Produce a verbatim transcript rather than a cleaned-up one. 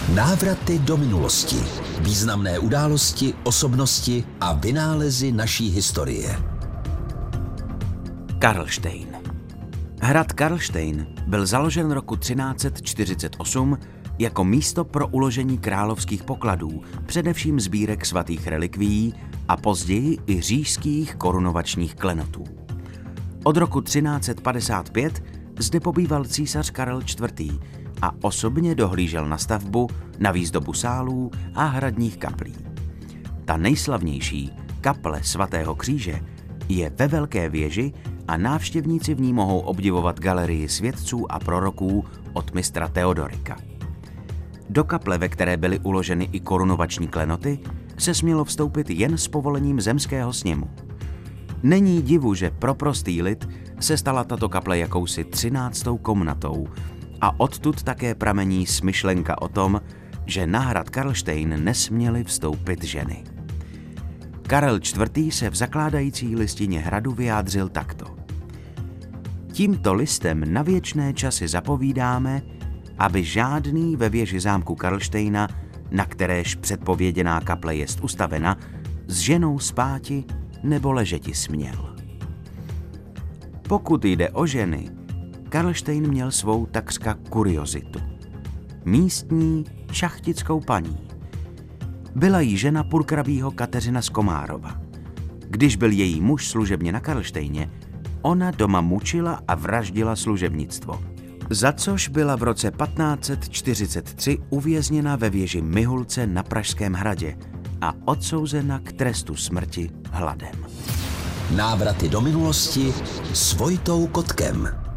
Návraty do minulosti. Významné události, osobnosti a vynálezy naší historie. Karlštejn. Hrad Karlštejn byl založen roku třináct set čtyřicet osm jako místo pro uložení královských pokladů, především sbírek svatých relikvií a později i říšských korunovačních klenotů. Od roku třináct set padesát pět zde pobýval císař Karel čtvrtý. a osobně dohlížel na stavbu, na výzdobu sálů a hradních kaplí. Ta nejslavnější, kaple svatého kříže, je ve Velké věži a návštěvníci v ní mohou obdivovat galerii svědců a proroků od mistra Teodorika. Do kaple, ve které byly uloženy i korunovační klenoty, se smělo vstoupit jen s povolením zemského sněmu. Není divu, že pro prostý lid se stala tato kaple jakousi třináctou komnatou a odtud také pramení smyšlenka o tom, že na hrad Karlštejn nesměly vstoupit ženy. Karel čtvrtý. se v zakládající listině hradu vyjádřil takto. Tímto listem na věčné časy zapovídáme, aby žádný ve věži zámku Karlštejna, na kteréž předpověděná kaple jest ustavena, s ženou spáti nebo ležeti směl. Pokud jde o ženy, Karlštejn měl svou takřka kuriozitu. Místní šachtickou paní. Byla jí žena purkrabího Kateřina z Komárova. Když byl její muž služebně na Karlštejně, ona doma mučila a vraždila služebnictvo. Za což byla v roce patnáct set čtyřicet tři uvězněna ve věži Mihulce na Pražském hradě a odsouzena k trestu smrti hladem. Návraty do minulosti s Vojtou Kotkem.